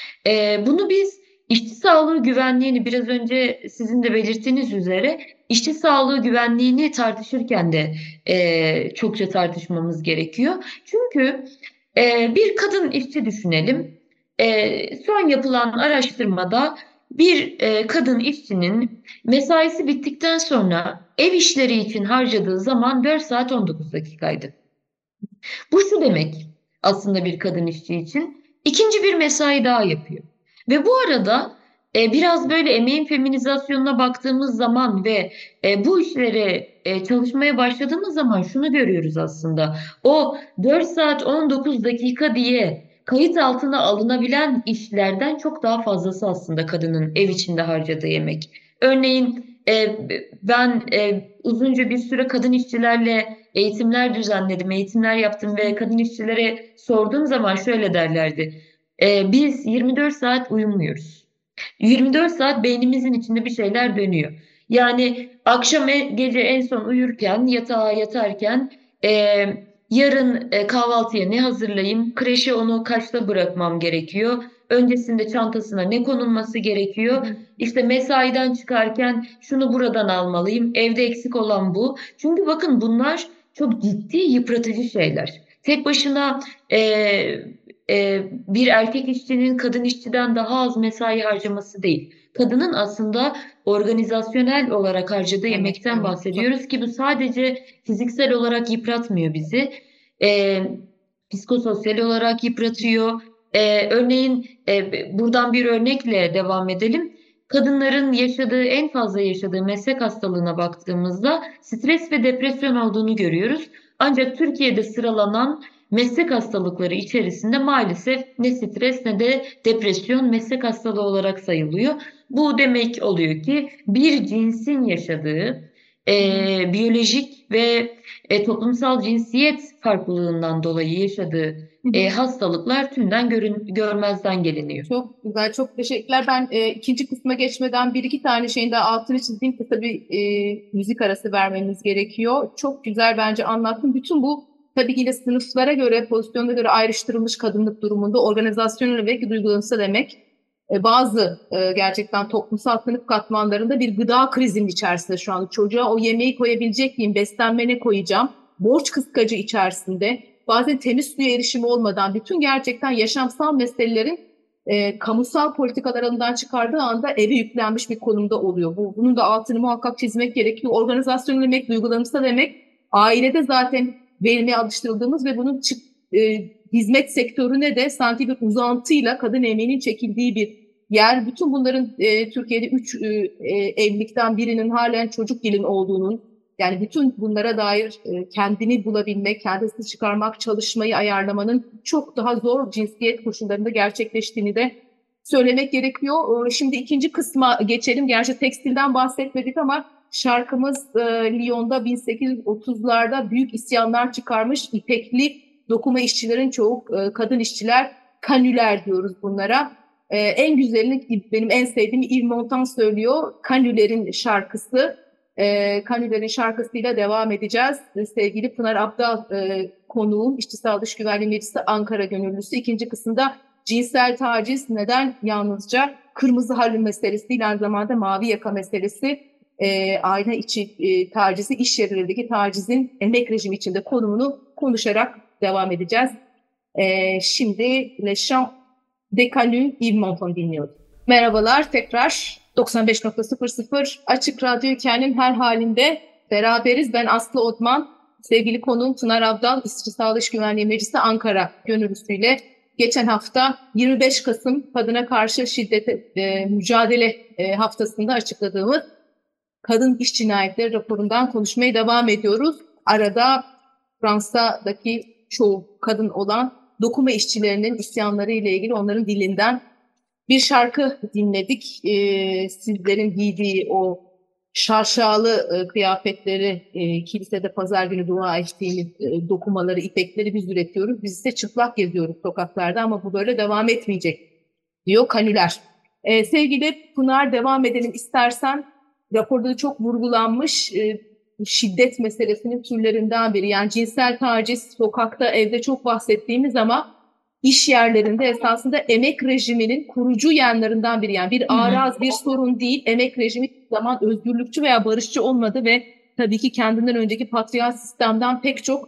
E, bunu biz işçi sağlığı güvenliğini biraz önce sizin de belirttiğiniz üzere işçi sağlığı güvenliğini tartışırken de e, çokça tartışmamız gerekiyor. Çünkü e, bir kadın işçi düşünelim. E, son yapılan araştırmada bir e, kadın işçinin mesaisi bittikten sonra ev işleri için harcadığı zaman dört saat on dokuz dakikaydı. Bu şu demek aslında bir kadın işçi için ikinci bir mesai daha yapıyor. Ve bu arada e, biraz böyle emeğin feminizasyonuna baktığımız zaman ve e, bu işlere e, çalışmaya başladığımız zaman şunu görüyoruz aslında. O dört saat on dokuz dakika diye kayıt altına alınabilen işlerden çok daha fazlası aslında kadının ev içinde harcadığı emek. Örneğin e, ben e, uzunca bir süre kadın işçilerle eğitimler düzenledim, eğitimler yaptım ve kadın işçilere sorduğum zaman şöyle derlerdi. "E, biz yirmi dört saat uyumuyoruz. yirmi dört saat beynimizin içinde bir şeyler dönüyor. Yani akşam e- gece en son uyurken, yatağa yatarken e, yarın e, kahvaltıya ne hazırlayayım, kreşe onu kaçta bırakmam gerekiyor, öncesinde çantasına ne konulması Hı gerekiyor, hı. işte mesaiden çıkarken şunu buradan almalıyım, evde eksik olan bu. Çünkü bakın bunlar çok ciddi yıpratıcı şeyler. Tek başına e, e, bir erkek işçinin kadın işçiden daha az mesai harcaması değil. Kadının aslında organizasyonel olarak harcadığı Evet, emekten evet. Çok. bahsediyoruz ki bu sadece fiziksel olarak yıpratmıyor bizi. E, Psikososyal olarak yıpratıyor. E, örneğin e, buradan bir örnekle devam edelim. kadınların yaşadığı, en fazla yaşadığı meslek hastalığına baktığımızda stres ve depresyon olduğunu görüyoruz. Ancak Türkiye'de sıralanan meslek hastalıkları içerisinde maalesef ne stres ne de depresyon meslek hastalığı olarak sayılıyor. Bu demek oluyor ki bir cinsin yaşadığı e, biyolojik ve e, toplumsal cinsiyet farklılığından dolayı yaşadığı e, hastalıklar tümden görün, görmezden geliniyor. Çok güzel, çok teşekkürler. Ben e, ikinci kısma geçmeden bir iki tane şeyin daha altını çizeyim. Kısa bir e, müzik arası vermemiz gerekiyor. Çok güzel bence anlattın. Bütün bu tabii ki de sınıflara göre, pozisyonlara göre ayrıştırılmış kadınlık durumunda organizasyonel ve duygulanırsa demek. E, bazı e, gerçekten toplumsal sınıf katmanlarında bir gıda krizinin içerisinde şu an. Çocuğa o yemeği koyabilecek miyim? Beslenme ne koyacağım? Borç kıskacı içerisinde. Bazen temiz suya erişimi olmadan bütün gerçekten yaşamsal meselelerin e, kamusal politikalar alanından çıkardığı anda eve yüklenmiş bir konumda oluyor. Bu, bunun da altını muhakkak çizmek gerekiyor. Organizasyon demek, duygulanırsa demek, ailede zaten verilmeye alıştırıldığımız ve bunun çık, e, hizmet sektörüne de sanki bir uzantıyla kadın emeğinin çekildiği bir yer. Bütün bunların e, Türkiye'de üç e, evlilikten birinin halen çocuk gelin olduğunun, yani bütün bunlara dair e, kendini bulabilmek, kendisini çıkarmak, çalışmayı ayarlamanın çok daha zor cinsiyet koşullarında gerçekleştiğini de söylemek gerekiyor. E, şimdi ikinci kısma geçelim. Gerçi tekstilden bahsetmedik ama şarkımız e, Lyon'da bin sekiz yüz otuzlarda büyük isyanlar çıkarmış ipekli dokuma işçilerin çoğu e, kadın işçiler, kanüler diyoruz bunlara. E, en güzelini benim en sevdiğim Yves Montand söylüyor. Kanülerin şarkısı. E, Kanülerin şarkısıyla devam edeceğiz. E, sevgili Pınar Abdal e, konuğum, İşçisal Dış Güvenliği Meclisi Ankara Gönüllüsü. İkinci kısımda cinsel taciz neden yalnızca kırmızı halı meselesiyle aynı zamanda mavi yaka meselesi, e, aile içi e, tacizi, iş yerlerindeki tacizin emek rejimi içinde konumunu konuşarak devam edeceğiz. E, şimdi Le Chant des Canuts, Yves Montand dinliyoruz. Merhabalar tekrar. doksan beş nokta sıfır sıfır Açık Radyo Hikayenin her halinde beraberiz. Ben Aslı Otman, sevgili konuğum Pınar Abdal, İşçisal Dış Güvenliği Meclisi Ankara Gönüllüsü'yle geçen hafta yirmi beş Kasım Kadına Karşı Şiddete e, Mücadele e, haftasında açıkladığımız kadın iş cinayetleri raporundan konuşmaya devam ediyoruz. Arada Fransa'daki çoğu kadın olan dokuma işçilerinin isyanları ile ilgili onların dilinden bir şarkı dinledik. Ee, sizlerin giydiği o şaşalı e, kıyafetleri, e, kilisede pazar günü dua ettiğimiz e, dokumaları, ipekleri biz üretiyoruz. Biz ise çıplak geziyoruz sokaklarda ama bu böyle devam etmeyecek diyor kanüler. Ee, sevgili Pınar, devam edelim istersen. Raporda da çok vurgulanmış e, şiddet meselesinin türlerinden biri. Yani cinsel taciz sokakta, evde çok bahsettiğimiz ama İş yerlerinde esasında emek rejiminin kurucu yanlarından biri. Yani bir araz, bir sorun değil. Emek rejimi zaman özgürlükçü veya barışçı olmadı ve tabii ki kendinden önceki patriarkal sistemden pek çok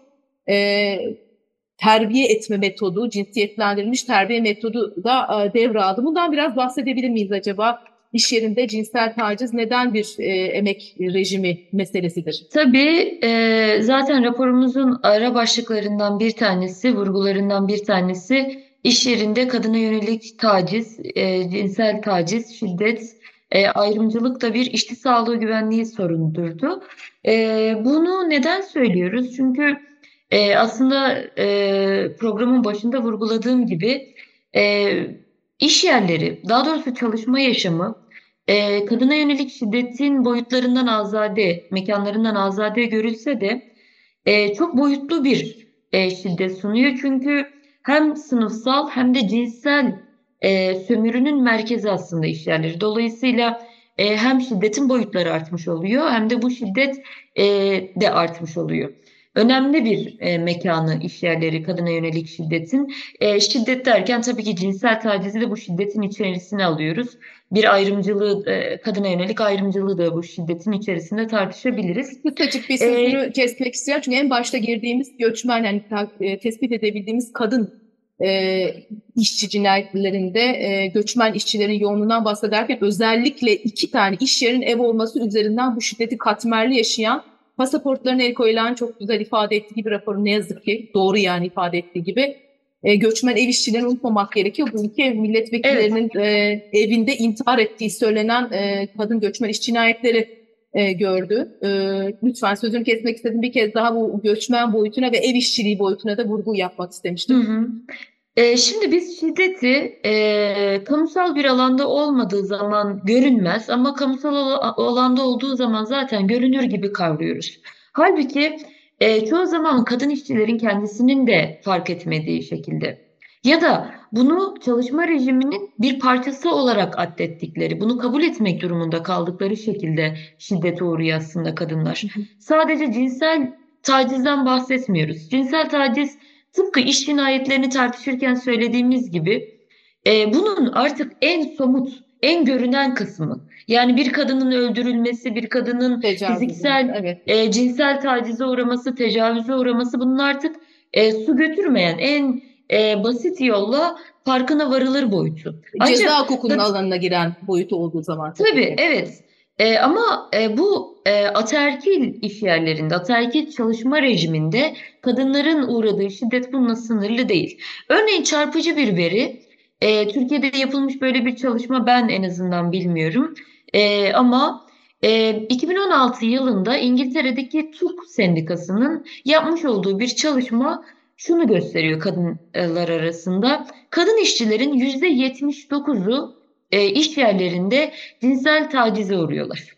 e, terbiye etme metodu, cinsiyetlendirilmiş terbiye metodu da e, devraldı. Bundan biraz bahsedebilir miyiz acaba? İş yerinde cinsel taciz neden bir e, emek rejimi meselesidir? Tabii e, zaten raporumuzun ara başlıklarından bir tanesi, vurgularından bir tanesi iş yerinde kadına yönelik taciz, e, cinsel taciz, şiddet, e, ayrımcılık da bir işçi sağlığı güvenliği sorunudurdu. E, bunu neden söylüyoruz? Çünkü e, aslında e, programın başında vurguladığım gibi e, iş yerleri, daha doğrusu çalışma yaşamı, Ee, kadına yönelik şiddetin boyutlarından azade, mekanlarından azade görülse de e, çok boyutlu bir e, şiddet sunuyor. Çünkü hem sınıfsal hem de cinsel e, sömürünün merkezi aslında iş yerleri. Dolayısıyla e, hem şiddetin boyutları artmış oluyor hem de bu şiddet e, de artmış oluyor. Önemli bir e, mekanı iş yerleri kadına yönelik şiddetin. E, şiddet derken tabii ki cinsel tacizi de bu şiddetin içerisine alıyoruz. Bir ayrımcılığı, e, kadına yönelik ayrımcılığı da bu şiddetin içerisinde tartışabiliriz. Kısacık bir sözünü ee, kesmek istiyorum. Çünkü en başta girdiğimiz göçmen, yani e, tespit edebildiğimiz kadın e, işçi cinayetlerinde e, göçmen işçilerin yoğunluğundan bahsederken özellikle iki tane iş yerinin ev olması üzerinden bu şiddeti katmerli yaşayan, pasaportlarına el koyulan, çok güzel ifade ettiği gibi raporun ne yazık ki doğru yani ifade ettiği gibi e, göçmen ev işçilerini unutmamak gerekiyor. Bu ülke Evet. milletvekillerinin e, evinde intihar ettiği söylenen e, kadın göçmen iş cinayetleri e, gördü. E, lütfen sözünü kesmek istedim. Bir kez daha bu göçmen boyutuna ve ev işçiliği boyutuna da vurgu yapmak Hı istemiştim. hı. E, şimdi biz şiddeti e, kamusal bir alanda olmadığı zaman görünmez ama kamusal ala- alanda olduğu zaman zaten görünür gibi kavruyoruz. Halbuki e, çoğu zaman kadın işçilerin kendisinin de fark etmediği şekilde ya da bunu çalışma rejiminin bir parçası olarak addettikleri, bunu kabul etmek durumunda kaldıkları şekilde şiddete uğruyor aslında kadınlar. Sadece cinsel tacizden bahsetmiyoruz. Cinsel taciz tıpkı iş cinayetlerini tartışırken söylediğimiz gibi e, bunun artık en somut, en görünen kısmı. Yani bir kadının öldürülmesi, bir kadının Tecavüz edilmesi. fiziksel, Evet. e, cinsel tacize uğraması, tecavüze uğraması bunun artık e, su götürmeyen en e, basit yolla farkına varılır boyutu. Ancak Ceza hukukunun kad- alanına giren boyutu olduğu zaman tabii Tabii ki. evet. Ee, ama e, bu e, ataerkil iş yerlerinde, ataerkil çalışma rejiminde kadınların uğradığı şiddet bununla sınırlı değil. Örneğin çarpıcı bir veri, e, Türkiye'de yapılmış böyle bir çalışma ben en azından bilmiyorum. E, ama e, iki bin on altı yılında İngiltere'deki T U K sendikasının yapmış olduğu bir çalışma şunu gösteriyor kadınlar arasında. Kadın işçilerin yüzde yetmiş dokuzu e, iş yerlerinde cinsel tacize uğruyorlar.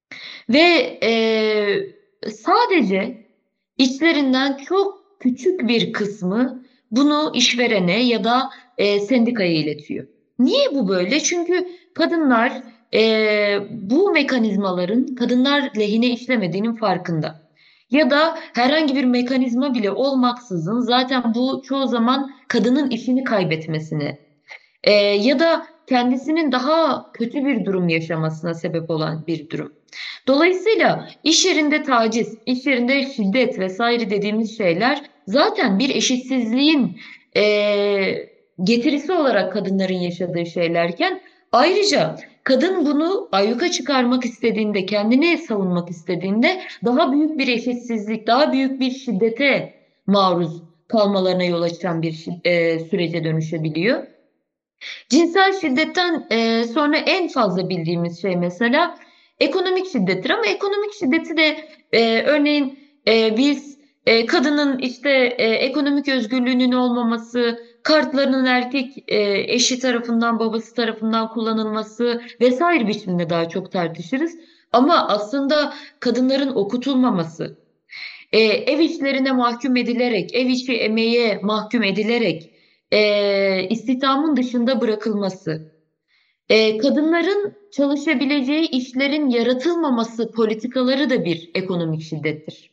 Ve e, sadece işlerinden çok küçük bir kısmı bunu işverene ya da e, sendikaya iletiyor. Niye bu böyle? Çünkü kadınlar e, bu mekanizmaların kadınlar lehine işlemediğinin farkında. Ya da herhangi bir mekanizma bile olmaksızın zaten bu çoğu zaman kadının işini kaybetmesine ee, ya da kendisinin daha kötü bir durum yaşamasına sebep olan bir durum. Dolayısıyla iş yerinde taciz, iş yerinde şiddet vesaire dediğimiz şeyler zaten bir eşitsizliğin eee, getirisi olarak kadınların yaşadığı şeylerken ayrıca kadın bunu ayyuka çıkarmak istediğinde, kendini savunmak istediğinde daha büyük bir eşitsizlik, daha büyük bir şiddete maruz kalmalarına yol açan bir şi- eee, sürece dönüşebiliyor. Cinsel şiddetten e, sonra en fazla bildiğimiz şey mesela ekonomik şiddettir. Ama ekonomik şiddeti de e, örneğin e, biz e, kadının işte e, ekonomik özgürlüğünün olmaması, kartlarının erkek e, eşi tarafından, babası tarafından kullanılması vesaire biçiminde daha çok tartışırız. Ama aslında kadınların okutulmaması, e, ev işlerine mahkum edilerek, ev işi emeğe mahkum edilerek e, istihdamın dışında bırakılması, e, kadınların çalışabileceği işlerin yaratılmaması politikaları da bir ekonomik şiddettir.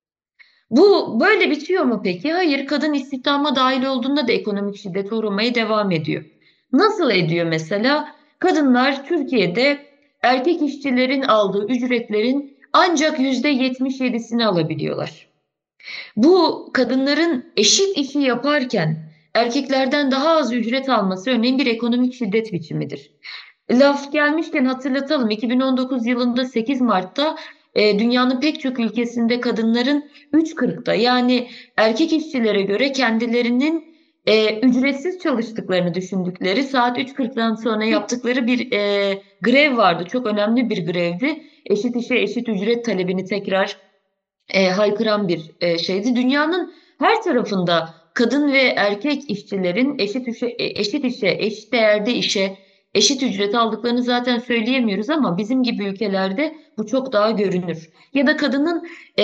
Bu böyle bitiyor mu peki? Hayır, kadın istihdama dahil olduğunda da ekonomik şiddete uğramaya devam ediyor. Nasıl ediyor mesela? Kadınlar Türkiye'de erkek işçilerin aldığı ücretlerin ancak yüzde yetmiş yedisini alabiliyorlar. Bu kadınların eşit işi yaparken erkeklerden daha az ücret alması örneğin bir ekonomik şiddet biçimidir. Laf gelmişken hatırlatalım. iki bin on dokuz yılında sekiz Mart'ta e, dünyanın pek çok ülkesinde kadınların üç kırkta yani erkek işçilere göre kendilerinin e, ücretsiz çalıştıklarını düşündükleri saat üç kırktan sonra yaptıkları bir e, grev vardı. Çok önemli bir grevdi. Eşit işe eşit ücret talebini tekrar e, haykıran bir e, şeydi. Dünyanın her tarafında kadın ve erkek işçilerin eşit işe, e, eşit işe, eşit değerde işe, eşit ücret aldıklarını zaten söyleyemiyoruz ama bizim gibi ülkelerde bu çok daha görünür. Ya da kadının e,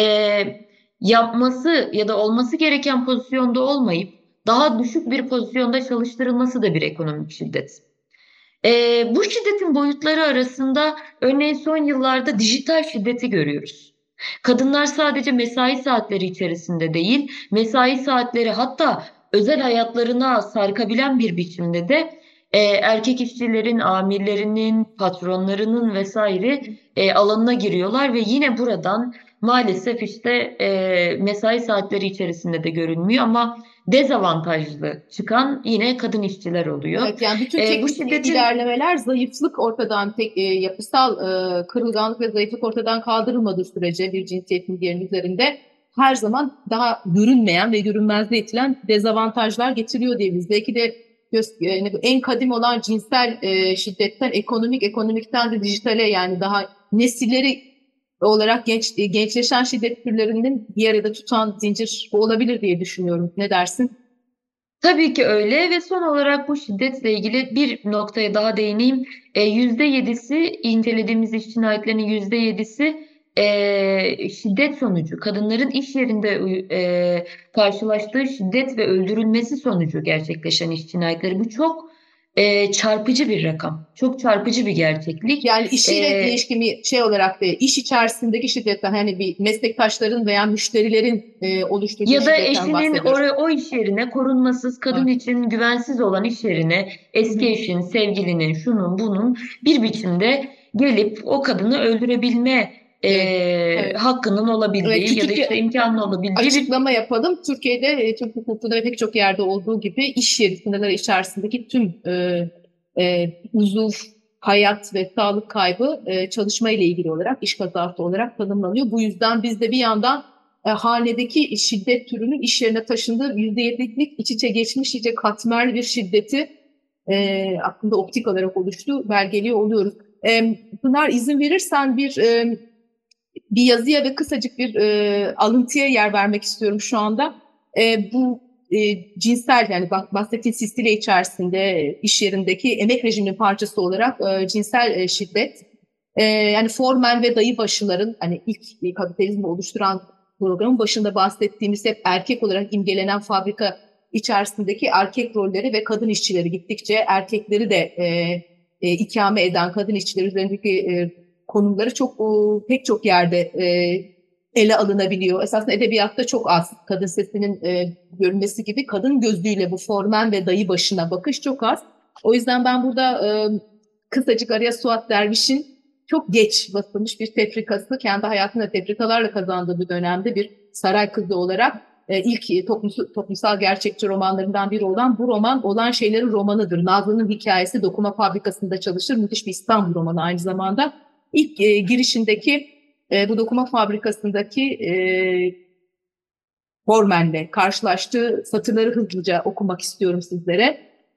yapması ya da olması gereken pozisyonda olmayıp daha düşük bir pozisyonda çalıştırılması da bir ekonomik şiddet. E, bu şiddetin boyutları arasında örneğin son yıllarda dijital şiddeti görüyoruz. Kadınlar sadece mesai saatleri içerisinde değil, mesai saatleri hatta özel hayatlarına sarkabilen bir biçimde de e, erkek işçilerin, amirlerinin, patronlarının vesaire e, alanına giriyorlar ve yine buradan maalesef işte e, mesai saatleri içerisinde de görünmüyor ama dezavantajlı çıkan yine kadın işçiler oluyor. Evet, yani bütün E, bu teknik şiddetin ilerlemeler zayıflık ortadan tek, e, yapısal e, kırılganlık ve zayıflık ortadan kaldırılmadığı sürece bir cinsiyetin diğerinin üzerinde her zaman daha görünmeyen ve görünmezde itilen dezavantajlar getiriyor diyebiliriz. Belki de yani en kadim olan cinsel e, şiddetten ekonomik, ekonomikten de dijitale, yani daha nesilleri olarak genç, gençleşen şiddet türlerinin bir arada tutan zincir bu olabilir diye düşünüyorum. Ne dersin? Tabii ki öyle ve son olarak bu şiddetle ilgili bir noktaya daha değineyim. E, yüzde yedisi incelediğimiz iş cinayetlerinin yüzde yedisi e, şiddet sonucu, kadınların iş yerinde e, karşılaştığı şiddet ve öldürülmesi sonucu gerçekleşen iş cinayetleri. Bu çok e, çarpıcı bir rakam, çok çarpıcı bir gerçeklik. Yani işiyle E, ilişkimi şey olarak değil, iş içerisindeki şiddetten, hani bir meslektaşların veya müşterilerin e, oluşturduğu Ya da şiddetten eşinin bahsediyoruz. oraya, o iş yerine, korunmasız, kadın Evet. için güvensiz olan iş yerine eski eşin, sevgilinin, şunun bunun bir biçimde gelip o kadını öldürebilme e, Evet. hakkının Evet, olabildiği ya da küçük bir işte imkanın olabildiği bir açıklama yapalım. Türkiye'de, e, Türk hukukunda ve pek çok yerde olduğu gibi iş yeri sınırları içerisindeki tüm e, e, uzuv, hayat ve sağlık kaybı e, çalışma ile ilgili olarak, iş kazası olarak tanımlanıyor. Bu yüzden biz de bir yandan e, hanedeki şiddet türünün iş yerine taşındığı yüzde yedilik iç içe geçmiş, iyice katmerli bir şiddeti e, aklında optik olarak oluştu, belgeliyor oluyoruz. E, Pınar, izin verirsen bir e, bir yazıya ve kısacık bir e, alıntıya yer vermek istiyorum şu anda. E, bu e, cinsel, yani bahsettiğim sistile içerisinde iş yerindeki emek rejiminin parçası olarak e, cinsel e, şiddet, e, yani formen ve dayı başıların, hani ilk kapitalizmi oluşturan programın başında bahsettiğimiz hep erkek olarak imgelenen fabrika içerisindeki erkek rolleri ve kadın işçileri, gittikçe erkekleri de e, e, ikame eden kadın işçiler üzerindeki e, konumları çok o, pek çok yerde e, ele alınabiliyor. Esasında edebiyatta çok az kadın sesinin e, görünmesi gibi, kadın gözlüğüyle bu formen ve dayı başına bakış çok az. O yüzden ben burada e, kısacık araya Suat Derviş'in çok geç basılmış bir tefrikası, kendi hayatında tefrikalarla kazandığı bir dönemde bir saray kızı olarak e, ilk toplumsal, toplumsal gerçekçi romanlarından biri olan bu roman Olan Şeylerin romanıdır. Nazlı'nın hikayesi, dokuma fabrikasında çalışır. Müthiş bir İstanbul romanı aynı zamanda. İlk e, girişindeki e, bu dokuma fabrikasındaki e, formenle karşılaştığı satırları hızlıca okumak istiyorum sizlere.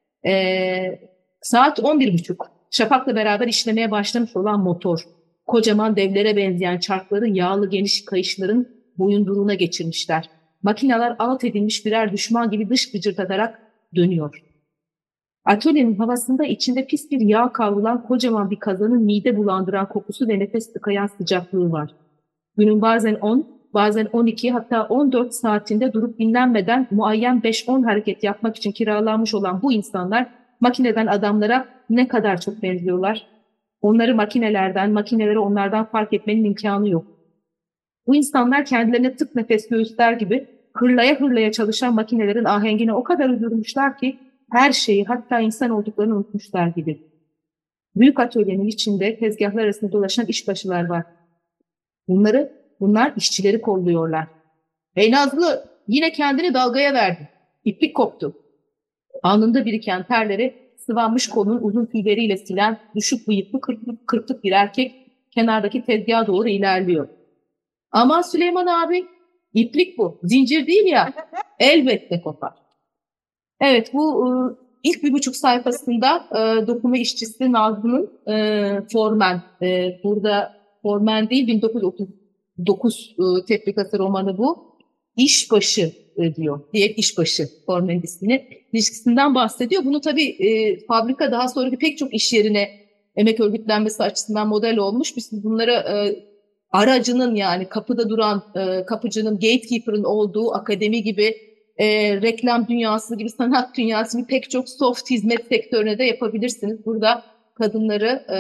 E, saat on bir buçuk. Şafak'la beraber işlemeye başlamış olan motor, kocaman devlere benzeyen çarkları yağlı geniş kayışların boyunduruğuna geçirmişler. Makineler alt edilmiş birer düşman gibi dış gıcırdatarak dönüyor. Atölyenin havasında içinde pis bir yağ kavrulan kocaman bir kazanın mide bulandıran kokusu ve nefes tıkayan sıcaklığı var. Günün bazen on, bazen on iki, hatta on dört saatinde durup dinlenmeden muayyen beş on hareket yapmak için kiralanmış olan bu insanlar makineden adamlara ne kadar çok benziyorlar. Onları makinelerden, makineleri onlardan fark etmenin imkanı yok. Bu insanlar kendilerine tık nefes göğüsler gibi hırlaya hırlaya çalışan makinelerin ahengine o kadar üzülmüşler ki her şeyi, hatta insan olduklarını unutmuşlar gibi. Büyük atölyenin içinde tezgahlar arasında dolaşan işbaşılar var. Bunları, bunlar işçileri kolluyorlar. Hey Nazlı, yine kendini dalgaya verdin. İplik koptu. Alnında biriken terleri sıvanmış kolunun uzun tüyleriyle silen düşük bıyıklı kırpık, kırpık bir erkek kenardaki tezgaha doğru ilerliyor. Aman Süleyman abi, iplik bu. Zincir değil ya. Elbette kopar. Evet, bu e, ilk bir buçuk sayfasında e, dokuma işçisi Nazlı'nın e, Formen, e, burada Formen değil, bin dokuz yüz otuz dokuz e, tefrikası romanı bu. İşbaşı e, diyor. Diğer işbaşı Formen ismini. İlişkisinden bahsediyor. Bunu tabii e, fabrika daha sonraki pek çok iş yerine emek örgütlenmesi açısından model olmuş. Biz bunlara e, aracının, yani kapıda duran e, kapıcının, gatekeeper'ın olduğu akademi gibi, e, reklam dünyası gibi, sanat dünyası gibi pek çok soft hizmet sektörüne de yapabilirsiniz. Burada kadınları e,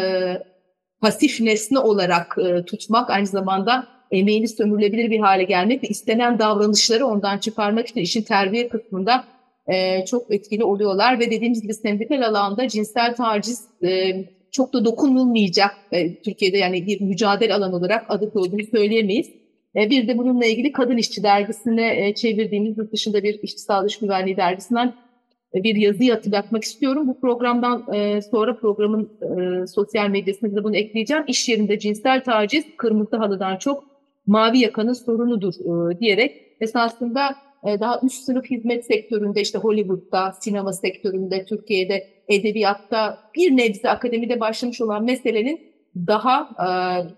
pasif nesne olarak e, tutmak, aynı zamanda emeğini sömürülebilir bir hale gelmek ve istenen davranışları ondan çıkarmak için işin terbiye kısmında e, çok etkili oluyorlar. Ve dediğimiz gibi sendikal alanda cinsel taciz e, çok da dokunulmayacak. E, Türkiye'de yani bir mücadele alanı olarak adı koyduğunu söyleyemeyiz. E, bir de bununla ilgili Kadın İşçi dergisine e, çevirdiğimiz yurt dışında bir işçi sağlığı iş güvenliği dergisinden e, bir yazıyı hatırlatmak istiyorum. Bu programdan e, sonra programın e, sosyal medyasında da bunu ekleyeceğim. İş yerinde cinsel taciz kırmızı halıdan çok mavi yakanın sorunudur e, diyerek esasında e, daha üst sınıf hizmet sektöründe, işte Hollywood'da, sinema sektöründe, Türkiye'de, edebiyatta bir nebze akademide başlamış olan meselenin daha e,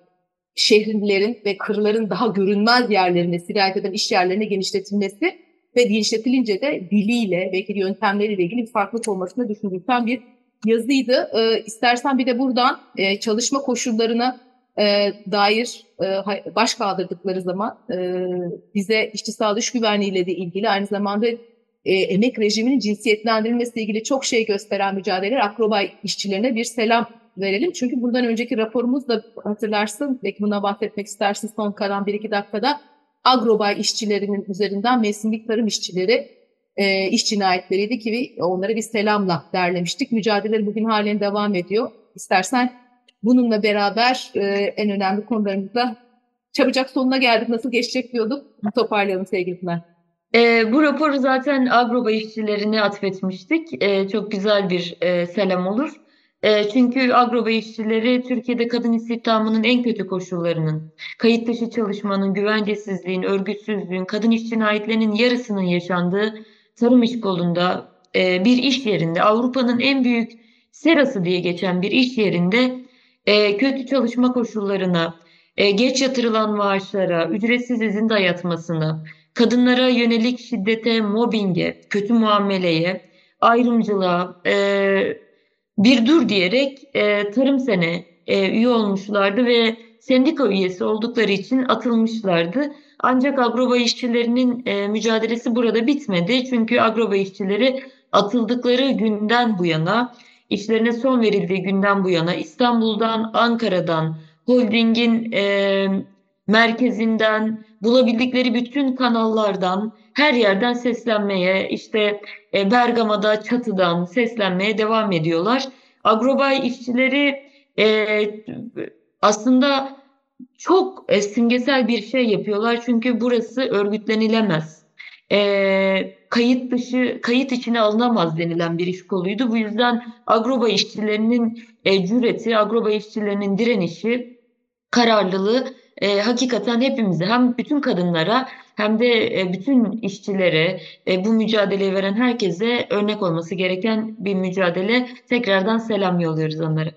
şehirlerin ve kırların daha görünmez yerlerine, sirayet eden iş yerlerine genişletilmesi ve genişletilince de diliyle, belki de yöntemleriyle ilgili bir farklılık olmasını düşündürten bir yazıydı. E, istersen bir de buradan e, çalışma koşullarına e, dair e, baş kaldırdıkları zaman e, bize işçi sağlığı iş güvenliği ile de ilgili, aynı zamanda e, emek rejiminin cinsiyetlendirilmesiyle ilgili çok şey gösteren mücadeleler, Akrobay işçilerine bir selam verelim. Çünkü bundan önceki raporumuzda hatırlarsın, belki buna bahsetmek istersin son kalan bir iki dakikada, Agrobay işçilerinin üzerinden mevsimlik tarım işçileri e, iş cinayetleriydi ki onlara bir selamla derlemiştik. Mücadeleleri bugün halen devam ediyor. İstersen bununla beraber e, en önemli konularımızda çabucak sonuna geldik. Nasıl geçecek diyorduk. Toparlayalım sevgili Pınar. E, bu raporu zaten Agrobay işçilerine atfetmiştik. E, çok güzel bir e, selam olur. E, çünkü Agrobay işçileri Türkiye'de kadın istihdamının en kötü koşullarının, kayıt dışı çalışmanın, güvencesizliğin, örgütsüzlüğün, kadın iş cinayetlerinin yarısının yaşandığı tarım iş kolunda e, bir iş yerinde, Avrupa'nın en büyük serası diye geçen bir iş yerinde e, kötü çalışma koşullarına, e, geç yatırılan maaşlara, ücretsiz izin dayatmasına, kadınlara yönelik şiddete, mobbinge, kötü muameleye, ayrımcılığa e, bir dur diyerek e, Tarım Sen'e e, üye olmuşlardı ve sendika üyesi oldukları için atılmışlardı. Ancak Agrobay işçilerinin e, mücadelesi burada bitmedi. Çünkü Agrobay işçileri atıldıkları günden bu yana, işlerine son verildiği günden bu yana İstanbul'dan, Ankara'dan, holdingin e, merkezinden, bulabildikleri bütün kanallardan, her yerden seslenmeye, işte e, Bergama'da, Çatı'dan seslenmeye devam ediyorlar. Agrobay işçileri e, aslında çok e, simgesel bir şey yapıyorlar çünkü burası örgütlenilemez. E, kayıt dışı, kayıt içine alınamaz denilen bir iş koluydu. Bu yüzden Agrobay işçilerinin e, cüreti, Agrobay işçilerinin direnişi, kararlılığı e, hakikaten hepimize, hem bütün kadınlara hem de e, bütün işçilere, e, bu mücadeleyi veren herkese örnek olması gereken bir mücadele. Tekrardan selam yolluyoruz onlara.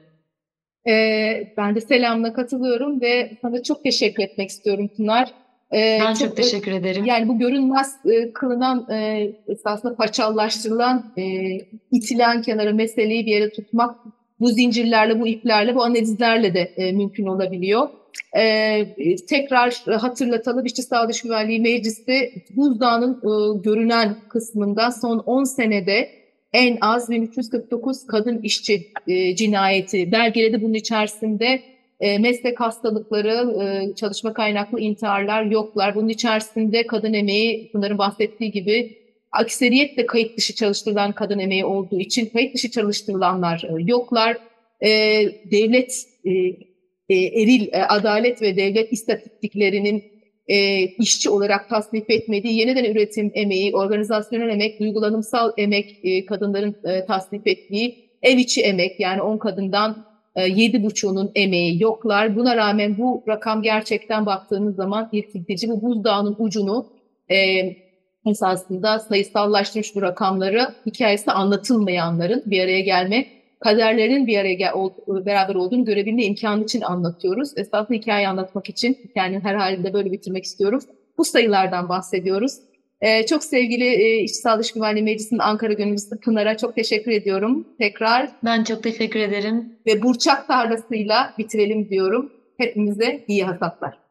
Ee, ben de selamla katılıyorum ve sana çok teşekkür etmek istiyorum Pınar. Ee, Ben çok çok teşekkür ederim. Yani bu görünmez e, kılınan, e, esasında paçallaştırılan, e, itilen kenara meseleyi bir yere tutmak bu zincirlerle, bu iplerle, bu analizlerle de e, mümkün olabiliyor. E, tekrar hatırlatalım, İşçi Sağlığı İş Güvenliği Meclisi buzdağının e, görünen kısmında son on senede en az bin üç yüz kırk dokuz kadın işçi e, cinayeti belgeledi. Bunun içerisinde e, meslek hastalıkları, e, çalışma kaynaklı intiharlar yoklar. Bunun içerisinde kadın emeği, bunların bahsettiği gibi akseriyetle kayıt dışı çalıştırılan kadın emeği olduğu için kayıt dışı çalıştırılanlar e, yoklar. E, devlet, e, e, eril e, adalet ve devlet istatistiklerinin e, işçi olarak tasnif etmediği yeniden üretim emeği, organizasyonel emek, duygulanımsal emek, e, kadınların e, tasnif ettiği ev içi emek, yani on kadından e, yedi buçuğunun emeği yoklar. Buna rağmen bu rakam gerçekten baktığınız zaman irkiltici. Bu buzdağının ucunu e, esasında sayısallaştırmış, bu rakamları, hikayesi anlatılmayanların bir araya gelme, kaderlerin bir araya gel, ol, beraber olduğunu görebilme imkanı için anlatıyoruz. Esasında hikaye anlatmak için, hikayenin her halinde böyle bitirmek istiyorum. Bu sayılardan bahsediyoruz. Ee, çok sevgili e, İşçi Sağlığı İş Güvenliği Meclisi'nin Ankara Gönüllüsü Pınar'a çok teşekkür ediyorum. Tekrar Ben çok teşekkür ederim. ve burçak tarlasıyla bitirelim diyorum. Hepimize iyi hasatlar.